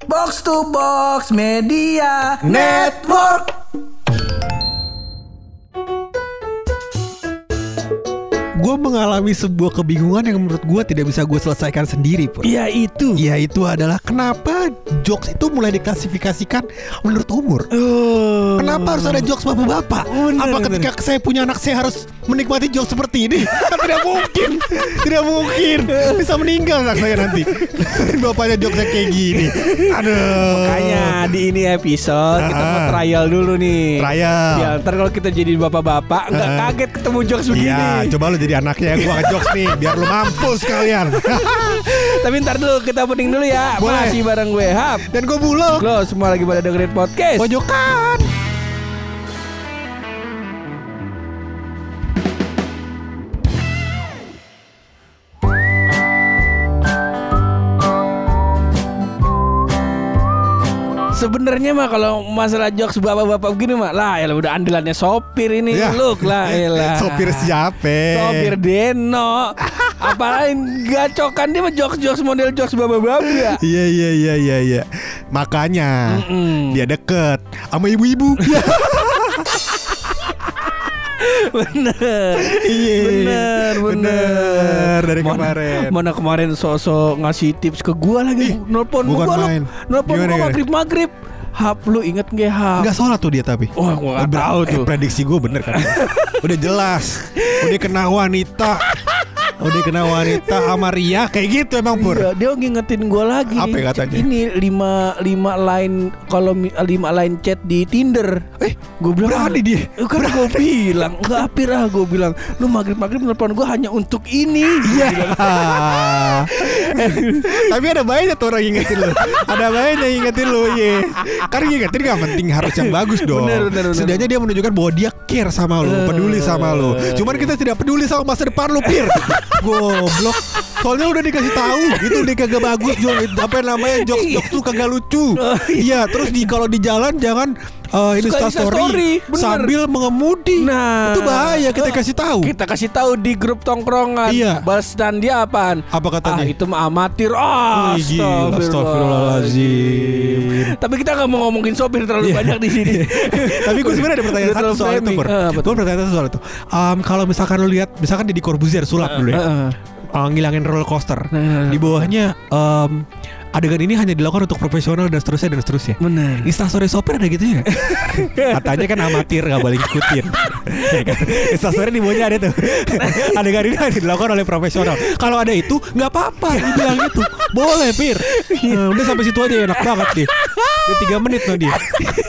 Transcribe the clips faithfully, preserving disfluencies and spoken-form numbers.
Box to Box Media Network. Gue mengalami sebuah kebingungan yang menurut gue tidak bisa gue selesaikan sendiri, Pur. Ya itu. Ya itu adalah kenapa jokes itu mulai diklasifikasikan menurut umur. Oh. Kenapa harus ada jokes bapak-bapak? Bener, Apa bener. ketika saya punya anak saya harus menikmati jokes seperti ini? Kan tidak mungkin. Tidak mungkin. Bisa meninggal anak saya nanti. Bapaknya jokesnya kayak gini. Aduh. Makanya di ini episode kita mau Ah. trial dulu nih. Trial. Ya ntar kalau kita jadi bapak-bapak nggak Ah. kaget ketemu jokes begini. Iya, coba lu jadi anaknya, gue ngejokes nih biar lu mampus kalian. Tapi ntar dulu kita pening dulu ya. Boleh. Masih bareng gue Hap. Dan gue Bulog. Lo semua lagi pada dengerin podcast Pojokan. Sebenarnya mah kalau masalah jokes bapak-bapak begini mah lah ya udah andalannya sopir ini. Ya. Look lah elah. Sopir siapa? Sopir Deno. Apalagi gacokan dia mah jokes-jokes model jokes bapak-bapak. Iya iya iya iya iya. Makanya Mm-mm. dia deket sama ibu-ibu. Bener. Iya. Bener, bener. Dari Mana- kemarin. Mana kemarin sosok ngasih tips ke gua lagi. Ih, Nelpon bukan gua main. lo. Nelpon Gimana, gua gimana? maghrib-maghrib. Hap lu inget nggak Hap? Enggak sholat tuh dia tapi. Oh gua nggak Ber- tahu eh, tuh. prediksi gue bener kan. Udah jelas. Udah kena wanita. Udah kena wanita sama Ria kayak gitu emang Pur. Iya, dia ngingetin gue lagi. Apa ya katanya? Ini lima lima line kalau mi- lima line chat di Tinder. Eh, gue bilang berani dia. Eh, kan gue bilang nggak apir ah. Gue bilang lu maghrib maghrib telepon gue hanya untuk ini. Iya. Tapi ada baiknya tuh orang ingetin lu. Ada baiknya ingetin lu. Iya. Karena ingetin gak penting harus yang bagus dong. Bener, bener, bener. Setidaknya dia menunjukkan bahwa dia care sama lu, peduli sama lu. Cuman kita tidak peduli sama masa depan lu, Pir. Goblok. Soalnya udah dikasih tahu itu dia kagak bagus, Jong. Apa namanya jokes jokes tuh kagak lucu. Iya, terus di kalau di jalan jangan uh, ini Suka Insta story Instastory, bener. sambil mengemudi. Nah, itu bahaya kita kasih tahu. Kita kasih tahu di grup tongkrongan. Iya. Balas dan dia apaan? Apa katanya? Ah, itu mah amatir. Ah, Wih, gila, astagfirullahaladzim. Tapi kita nggak mau ngomongin sopir terlalu Iya. banyak di sini. Tapi gue sebenarnya ada pertanyaan Udah satu terlalu soal itu, framing. Pur. Ah, betul. Gue pertanyaan satu soal itu. Um, kalau misalkan lu lihat, misalkan Deddy Corbuzier sulap dulu ya, Heeh. uh, ngilangin roller coaster. Nah. Di bawahnya um, adegan ini hanya dilakukan untuk profesional dan seterusnya dan seterusnya. Bener. Instastory sopir ada gitu ya? Katanya kan amatir, gak boleh ngikutin. Ya kan? Instastory di bawahnya ada tuh. Adegan ini hanya dilakukan oleh profesional. Kalau ada itu nggak apa-apa, dibilang gitu. Boleh, Pir. Nah, udah sampai situ aja enak banget deh. Udah tiga menit loh dia.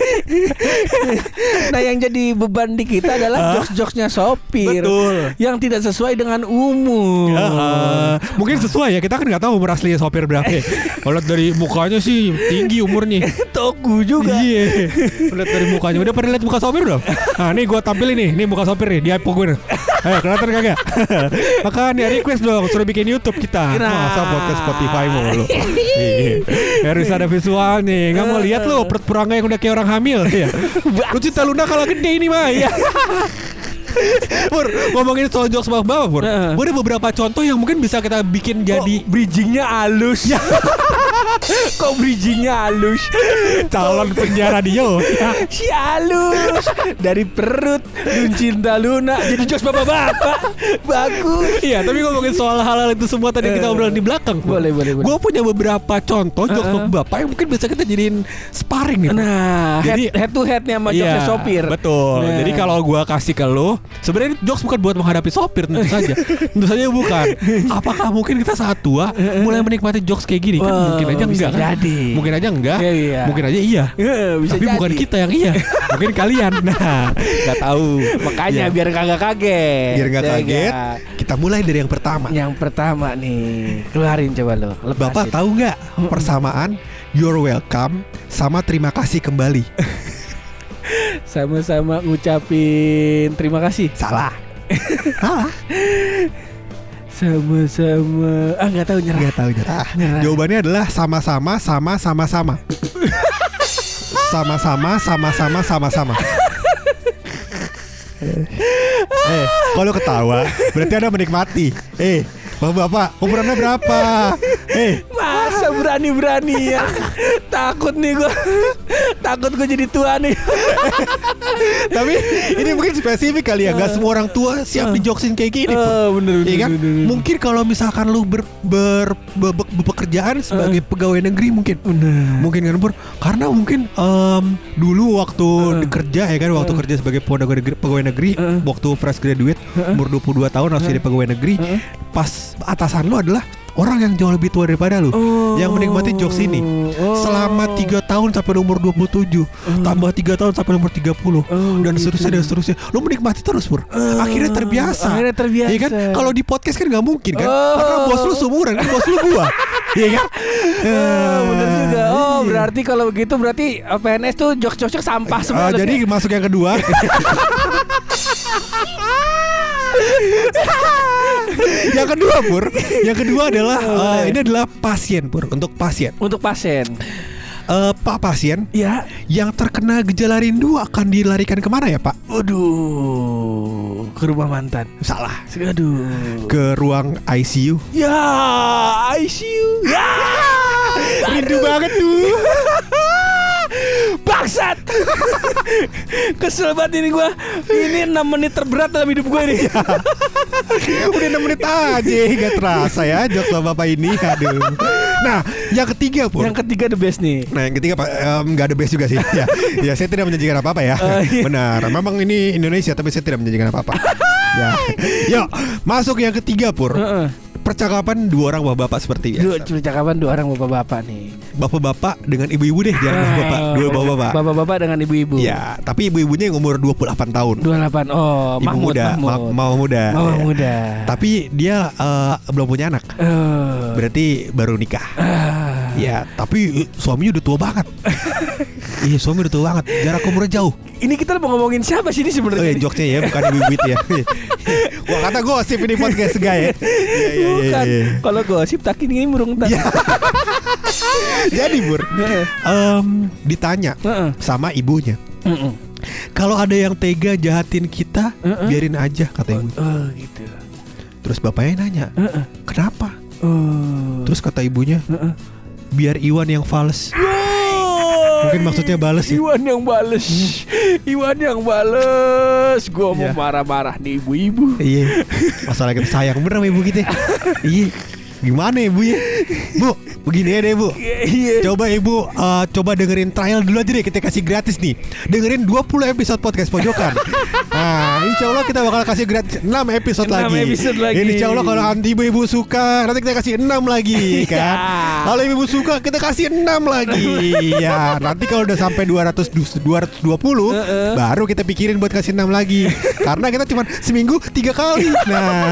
Nah yang jadi beban di kita adalah Hah? jokes-jokesnya sopir. Betul. Yang tidak sesuai dengan umur. Uh, mungkin sesuai ya, kita kan nggak tahu umur aslinya sopir berapa ya. Kalau dari mukanya sih tinggi umurnya. Toku juga. Iya. Lihat dari mukanya. Udah pernah lihat muka sopir belum? Nah, nih gue tampilin nih, nih muka sopir nih di iPhone gue. nih. Ayo kelihatan kagak? Makanya request dong, suruh bikin YouTube kita. Nah. Masa podcast Spotify mulu. Iya. Harus ada visual nih. Nggak mau lihat lo perut purangga yang udah kayak orang hamil. Iya. Lu cinta Luna kalah gede ini mah. Iya. Pur, ngomongin soal jokes bapak-bapak, Pur. Heeh. Gue ada beberapa contoh yang mungkin bisa kita bikin jadi Kok bridgingnya halus. Kok bridgingnya halus. calon penyiar radio. Si halus. Dari perut Dun cinta Luna jadi jokes bapak-bapak. Bagus. Iya, tapi ngomongin soal hal-hal itu semua tadi kita obrolin di belakang. Boleh, boleh, boleh. Gue punya beberapa contoh jokes Uh-uh. bapak yang mungkin bisa kita jadiin sparring nih. Nah, Jadi- head, head to headnya sama jokesnya Iya, sopir. betul. Nah. Jadi kalau gue kasih ke lo, sebenarnya ini jokes bukan buat menghadapi sopir, tentu saja. Tentu saja bukan. Apakah mungkin kita saat tua mulai menikmati jokes kayak gini? Kan Wah, mungkin aja bisa enggak kan? jadi. Mungkin aja enggak. Iya, iya. Mungkin aja iya. Eh, bisa Tapi jadi. bukan kita yang iya. Mungkin kalian. Nah, nggak tahu. Makanya Iya. biar kagak kaget. Biar nggak Ya kaget, nggak? kita mulai dari yang pertama. Yang pertama nih, keluarin coba lo. Lepasin. Bapak tahu nggak persamaan you're welcome sama terima kasih kembali? Sama-sama ngucapin terima kasih. Salah. Salah. Sama-sama. Ah nggak tahu nyerah. Nggak tahu nyerah. Nyerah. Jawabannya adalah sama-sama, sama-sama, sama. Sama-sama, sama-sama, sama-sama. Eh, kalau ketawa berarti Anda menikmati. Eh, Bapak-bapak, umurannya berapa? Eh, Masa Masa berani-berani ya. Takut nih gue. Takut gue jadi tua nih. Tapi ini mungkin spesifik kali ya. Gak semua orang tua siap dijoksin kayak gini. Oh, bener, bener, ya kan? bener, bener. Mungkin kalau misalkan lu ber, ber, ber, ber, bepekerjaan sebagai pegawai negeri mungkin. Bener. Mungkin kan Pur. Karena mungkin um, dulu waktu uh. kerja ya kan, waktu uh. kerja sebagai pegawai negeri, pegawai negeri uh. waktu fresh graduate uh. umur dua puluh dua tahun harus uh. jadi pegawai negeri. Uh. Pas atasan lu adalah orang yang jauh lebih tua daripada lu, oh. yang menikmati jokes ini oh. selama tiga tahun sampai umur dua puluh tujuh, oh. tambah tiga tahun sampai umur tiga puluh, oh, dan gitu. seterusnya dan seterusnya. Lu menikmati terus Pur. Oh. Akhirnya terbiasa. Akhirnya terbiasa. Iya kan? Kalau di podcast kan nggak mungkin kan? Oh. Karena bos lu seumuran kan, bos lu gua. Iya kan? Oh, bener juga. Oh, berarti kalau begitu berarti P N S tuh jokes-jokes sampah semua. Uh, jadi ya? Masuk yang kedua. Yang kedua Pur, yang kedua adalah uh, ini adalah pasien Pur, untuk pasien. Untuk pasien. Uh, Pak pasien, ya, yang terkena gejala rindu akan dilarikan kemana ya Pak? Waduh, ke rumah mantan. Salah. Aduh. Ke ruang I C U. Ya, I C U. Ya, rindu banget tuh. Bangsat. Kesel banget ini gue. Ini enam menit terberat dalam hidup gue ini. Udah enam menit aja, gak terasa ya jokes sama bapak ini. Aduh. Nah, yang ketiga Pur. Yang ketiga the best nih. Nah, yang ketiga um, gak ada best juga sih. Ya, ya saya tidak menjanjikan apa-apa ya. uh, iya. Benar, memang ini Indonesia, tapi saya tidak menjanjikan apa-apa. Ya, yuk masuk yang ketiga Pur. uh-uh. Percakapan dua orang bapak-bapak seperti biasa. Dua, percakapan dua orang bapak-bapak nih. Bapak-bapak dengan ibu-ibu deh, jangan bapak-bapak. Dua bapak-bapak. Bapak-bapak dengan ibu-ibu. Ya, tapi ibu-ibunya yang umur dua puluh delapan tahun. dua puluh delapan. Oh, ibu Mahmud, muda, Mahmud. Ma- Mama muda. Mama ya. muda. Tapi dia uh, belum punya anak. Uh. Berarti baru nikah. Uh. Ya, tapi suaminya udah tua banget. Iya, suami udah tua banget. Jarak umurnya jauh. Ini kita mau ngomongin siapa sih ini sebenarnya? Oh ya, jokesnya ya, bukan ibu-ibu ya. Wah, kata gosip ini podcast guys. Iya, iya, bukan. Iya, iya. Kalau gosip tak ini burung tak. Jadi Bur, um, ditanya uh-uh. sama ibunya. Uh-uh. Kalau ada yang tega jahatin kita, uh-uh. biarin aja kata ibu. Oh, oh gitu. Terus bapaknya nanya, uh-uh. kenapa? Oh. Terus kata ibunya, uh-uh. biar Iwan yang fals. Mungkin maksudnya bales ya. Iwan yang bales. Iwan yang bales. Gua mau marah-marah nih ibu-ibu. Iya. Masalah kita sayang bener sama ibu kita. Iya. Gimana ibu ya? Bu, begini ya deh Bu. Coba ibu uh, coba dengerin trial dulu aja deh, kita kasih gratis nih. Dengerin dua puluh episode podcast Pojokan. Nah, insya Allah kita bakal kasih gratis enam episode lagi. enam episode lagi. Ini insya Allah kalau anti ibu-ibu suka, nanti kita kasih enam lagi kan. Kalau ibu suka, kita kasih enam lagi. Ya, nanti kalau udah sampai dua ratus dua puluh uh-uh. baru kita pikirin buat kasih enam lagi. Karena kita cuma seminggu tiga kali. Nah,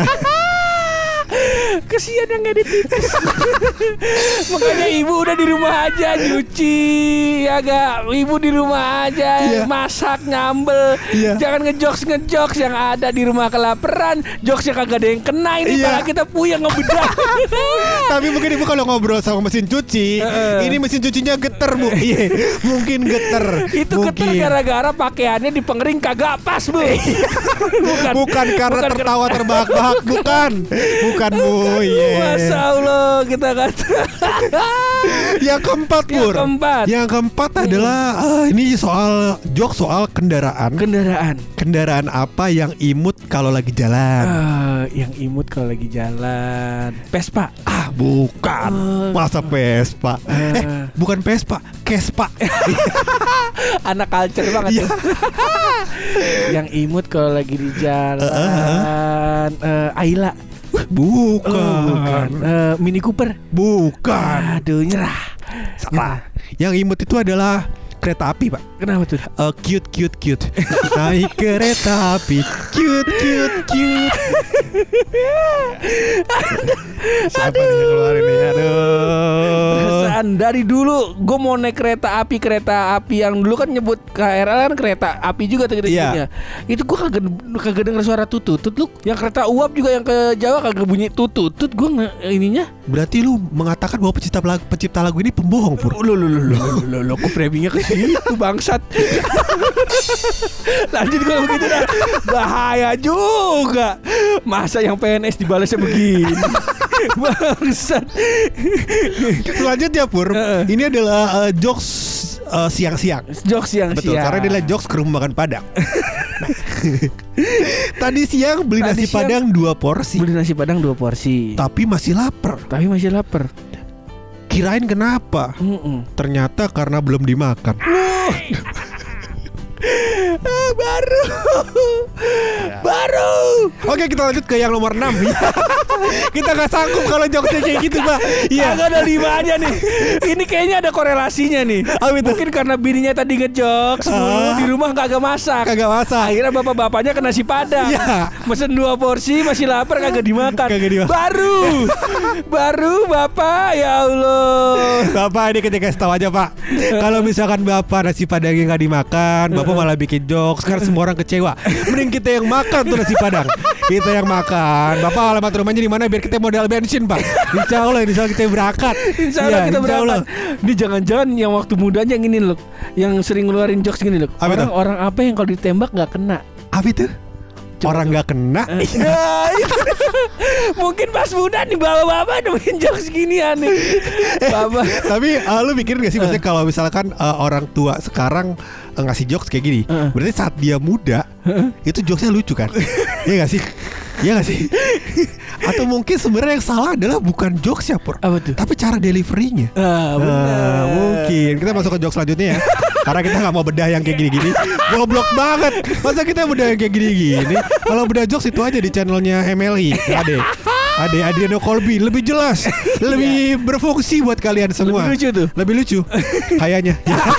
kesian yang ngedit itu. Makanya ibu udah di rumah aja nyuci, ya gak? Ibu di rumah aja yeah. masak, nyambel. yeah. Jangan ngejokes ngejokes yang ada di rumah kelaparan. Jokes yang kagak ada yang kena. Ini yeah. malah kita puyeng ngebedah. Tapi mungkin ibu kalau ngobrol sama mesin cuci, uh. ini mesin cucinya geter Bu. Iya, mungkin geter. Itu mungkin geter gara-gara pakaiannya di pengering kagak pas Bu. bukan, bukan karena bukan tertawa terbahak-bahak. Bukan. Bukan Bu. Oh yeah. Masya Allah kita kata. Yang keempat Pur. Yang keempat. Yang keempat hmm. adalah uh, ini soal jok soal kendaraan. Kendaraan. Kendaraan apa yang imut kalau lagi jalan? Uh, yang imut kalau lagi jalan. Vespa. Ah bukan. Uh, Masa Vespa? Uh, eh bukan Vespa, Kespa. Anak culture banget. Yang imut kalau lagi di jalan. Uh, uh, Ayla. Bukan, oh, bukan. Uh, Mini Cooper. Bukan. Aduh nyerah. Salah. Yang imut itu adalah kereta api Pak. Kenapa tuh? Uh, cute cute cute. Naik kereta api. Cute cute cute. Siapa nih yang keluar ini? Aduh. Perasaan dari dulu gue mau naik kereta api. Kereta api yang dulu kan nyebut K R L kan kereta api juga tuh yeah. Itu gue kagak kagak denger suara tututut lu. Yang kereta uap juga yang ke Jawa kagak bunyi tututut. Gue nge, ininya. Berarti lu mengatakan bahwa pencipta lagu, pencipta lagu ini pembohong Pur. Lu lu lu lu lu lu kok framingnya ke situ bangsat. Lanjut gue begitu dah. Bahaya. bahaya juga. Masa yang P N S dibalasnya begini. Bangsat. Selanjutnya Pur, uh, ini adalah uh, jokes uh, siang-siang. Jokes siang-siang. Betul, karena ini adalah jokes ke rumah makan Padang. Tadi siang beli Tadi nasi siang Padang dua porsi. Beli nasi Padang dua porsi. Tapi masih lapar. Tapi masih lapar. Kirain kenapa? Mm-mm. Ternyata karena belum dimakan. ah, baru ya. Baru Oke, kita lanjut ke yang nomor enam. Kita gak sanggup kalau jokesnya kayak gitu, Pak. Iya, ada lima aja nih. Ini kayaknya ada korelasinya nih. Oh, mungkin karena bininya tadi ngejokes ah. Di rumah kagak masak Kagak masak. Akhirnya bapak-bapaknya kena nasi Padang ya. Mesen dua porsi, masih lapar, kagak dimakan. Kagak dimakan. Baru Baru Bapak, ya Allah. Bapak ini ketika kasih tahu aja, Pak. Kalau misalkan Bapak nasi Padangnya gak dimakan, Bapak malah bikin jokes. Sekarang semua orang kecewa. Mending kita yang makan tuh nasi Padang. Kita yang makan. Bapak alamat rumahnya di mana biar kita modal bensin, Pak. Insya Allah, insya Allah kita berangkat. Insya Allah ya, kita insya berangkat. Allah. Ini jangan-jangan yang waktu mudanya gini loh, yang sering ngeluarin jokes gini loh. Orang, orang apa yang kalau ditembak nggak kena? Apa itu? Coba orang nggak kena? Nah, mungkin pas muda nih bapak-bapak nemuin jokes gini aneh. Bapak. Tapi uh, lu mikirin gak sih, maksudnya kalau misalkan uh, orang tua sekarang uh, ngasih jokes kayak gini, uh. berarti saat dia muda uh. itu jokesnya lucu kan? Iya gak sih? Iya gak sih? Atau mungkin sebenarnya yang salah adalah bukan jokesnya, Pur, tapi cara deliverynya. Ah, uh, mungkin kita masuk ke jokes selanjutnya ya. Karena kita gak mau bedah yang kayak gini-gini. Goblok banget. Masa kita bedah yang kayak gini-gini? Kalau bedah jokes itu aja di channelnya M L I. Ade Ade Adriano Colby. Lebih jelas, lebih berfungsi buat kalian semua. Lebih lucu tuh. Lebih lucu kayaknya.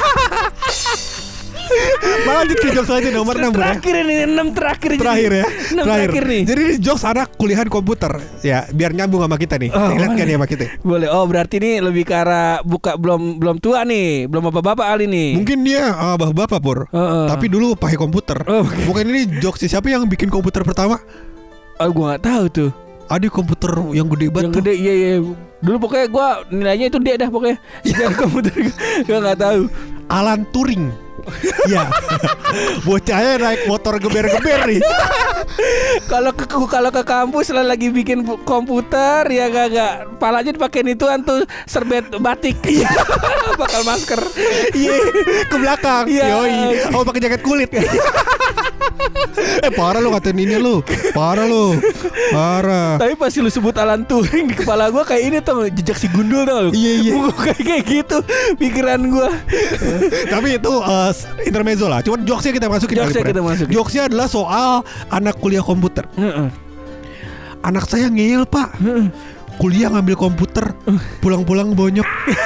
Lanjut ke jokes aja nomor enam. Terakhir ini enam terakhir. Terakhir ya. enam terakhir nih. Jadi ini jokes anak kuliahan komputer. Ya, biar nyambung sama kita nih. Oh, lihat kan ya sama kita. Boleh. Oh, berarti ini lebih ke arah buka belum belum tua nih, belum bapak-bapak Ali nih. Mungkin dia uh, bapak-bapak, Pur. Uh, uh. Tapi dulu pakai komputer. Oh, okay. Mungkin ini jokes siapa yang bikin komputer pertama? Oh, gua enggak tahu tuh. Ada komputer yang gede banget. Yang gede, iya iya. Dulu pokoknya gua nilainya itu dia dah pokoknya. Sejarah komputer gua enggak tahu. Alan Turing. Ya, bocahnya naik motor geber-geber nih. Kalau ke kalau ke kampus lagi bikin komputer ya gak palanya dipakein ituan tuh serbet batik. Iya. Bakal masker. Iya, ke belakang. Iya. Yoi. Oh, pakai jaket kulit. Eh parah lu katain ini lu. Parah lu. Parah. Tapi pasti lu sebut Alan Turing di kepala gua kayak ini tuh jejak si gundul tau lu. Iya iya. Kayak kayak gitu pikiran gua. Tapi itu uh, intermezzo lah. Cuman jokesnya kita masukin. Jokesnya kita masukin. Jokesnya adalah soal anak kuliah komputer. Uh-uh. Anak saya ngeyel, Pak. Uh-uh. Kuliah ngambil komputer, pulang-pulang bonyok.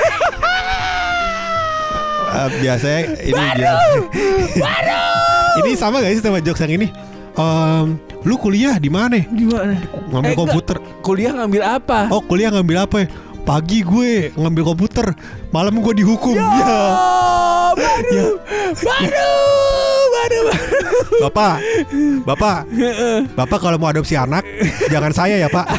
uh, biasanya ini baru, baru. Ini sama gak sih sama jokes yang ini? Um, lu kuliah di mana? Di mana? Ngambil eh, komputer. Enggak. Kuliah ngambil apa? Oh, kuliah ngambil apa ya? Pagi gue ngambil komputer, malam gue dihukum. Ya, ya. Baru, ya. baru, baru, baru. Bapak, bapak, bapak kalau mau adopsi anak, jangan saya ya, Pak.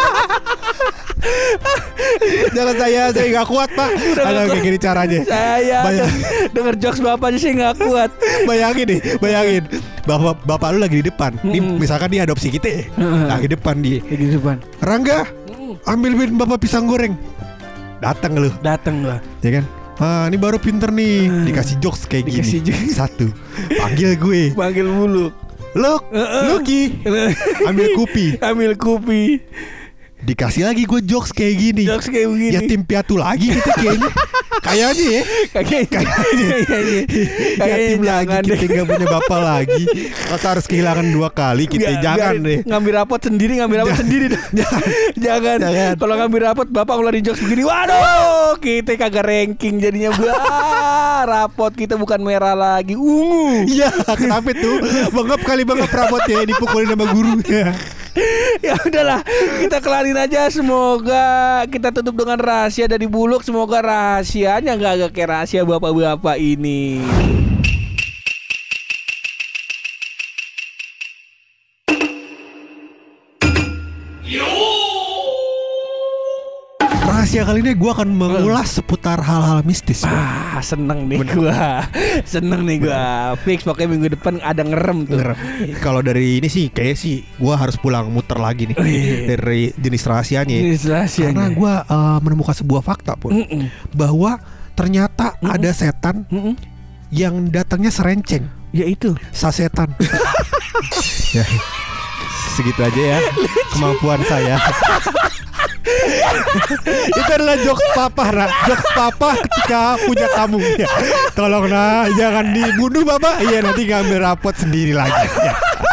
Jangan saya, saya nggak kuat, Pak. Ada kayak gini caranya. Saya denger jokes bapaknya sih nggak kuat. Bayangin nih, bayangin. Bahwa bapak lu lagi di depan. Mm-hmm. Nih, misalkan dia adopsi kita, mm-hmm. lagi depan dia. Lagi di depan. Rangga, ambilin bapak pisang goreng. Datang lu. Datang lah. Ya kan? Ah, ini baru pinter nih. Dikasih jokes kayak Dikasih gini. Jokes. Satu. Panggil gue. Panggil mulu. Luk, uh-uh. Luki. Ambil kupi. Ambil kupi. Dikasih lagi gue jokes kayak gini. Jokes kayak begini. Ya tim piatu lagi gitu kayaknya. Kayaknya ya. Kayaknya. Kayaknya. Yatim lagi kita nggak punya bapak lagi. Masa harus kehilangan dua kali kita. Gak, jangan deh. Ngambil rapot sendiri, ngambil rapot sendiri. Jangan. Jangan. Kalau ngambil rapot bapak ngeluarin jokes begini, waduh, kita kagak ranking jadinya. Wah, rapot kita bukan merah lagi, ungu. Iya, kenapa tuh? Bangap kali bangap rapotnya dipukulin sama guru. Ya udahlah, kita kelarin aja. Semoga kita tutup dengan rahasia dari Buluk. Semoga rahasianya gak agak kayak rahasia bapak-bapak ini. spesial kali ini gue akan mengulas seputar hal-hal mistis. Ah, seneng nih gue, seneng nih gue. Fix pokoknya minggu depan ada ngerem tuh. Ngerem. Kalau dari ini sih, kayak sih gue harus pulang muter lagi nih. Oh, iya. Dari jenis rahasianya. Jenis rahasianya. Karena gue uh, menemukan sebuah fakta pun, Mm-mm. bahwa ternyata Mm-mm. ada setan Mm-mm. yang datangnya serenceng. Yaitu sasetan. Ya, segitu aja ya kemampuan saya. Itu adalah jokes papa, Ra. Jokes papa ketika punya kamu ya. Tolong nah, jangan dibunuh Bapak. Iya, nanti ngambil rapot sendiri lagi ya.